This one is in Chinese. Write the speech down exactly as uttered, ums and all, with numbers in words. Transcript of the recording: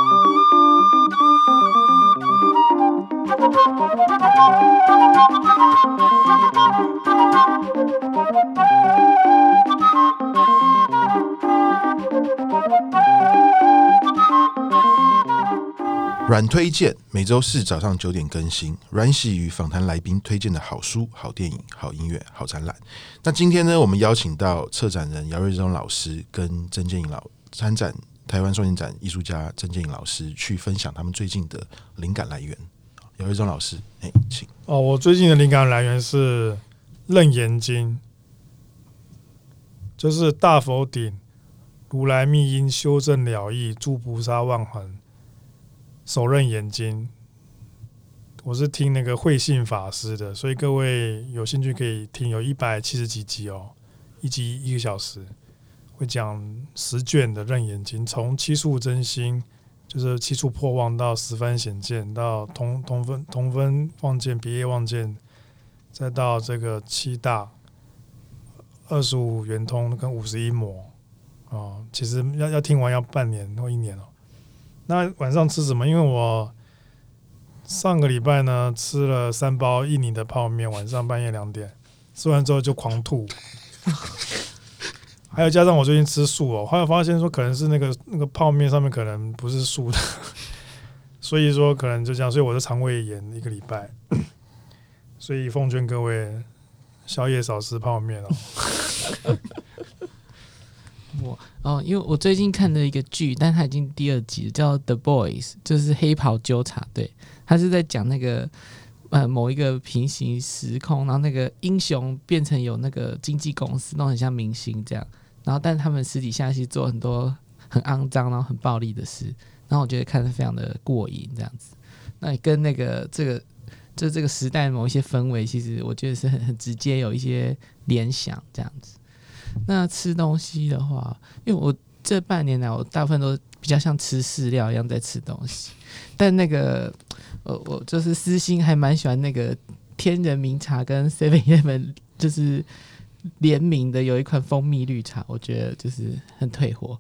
软推荐每周四早上九点更新，阮喜与访谈来宾推荐的好书、好电影、好音乐、好展览。那今天呢，我们邀请到策展人姚瑞忠老师跟曾建颖老参展台湾双年展艺术家曾建颖老师去分享他们最近的灵感来源。姚瑞忠老师，哎，请。 哦，我最近的灵感来源是《楞严经》，就是大佛顶如来密因修正了义，诸菩萨万恒手刃眼睛。我是听那个慧信法师的，所以各位有兴趣可以听，有一百七十几集哦，一集一个小时，会讲十卷的楞严经，从七处真心，就是七处破妄，到十番显见，到同同分同分妄见、别业妄见，再到这个七大、二十五圆通跟五十一魔哦，其实要要听完要半年或一年哦。那晚上吃什么？因为我上个礼拜呢吃了三包印尼的泡面，晚上半夜两点吃完之后就狂吐，还有加上我最近吃素哦，后来发现说可能是那个那个泡面上面可能不是素的，所以说可能就这样，所以我的肠胃炎一个礼拜，所以奉劝各位宵夜少吃泡面哦。 我哦，因为我最近看了一个剧，但它已经第二集了，叫《The Boys》，就是黑袍纠察队。他是在讲那个呃某一个平行时空，然后那个英雄变成有那个经纪公司，弄很像明星这样。然后，但他们私底下是做很多很肮脏、然后很暴力的事。然后我觉得看得非常的过瘾，这样子。那也跟那个这个就这个时代某一些氛围，其实我觉得是很很直接有一些联想这样子。那吃东西的话，因为我这半年来我大部分都比较像吃饲料一样在吃东西，但那个我我就是私心还蛮喜欢那个天人茗茶跟 seven eleven 就是联名的有一款蜂蜜绿茶，我觉得就是很退火。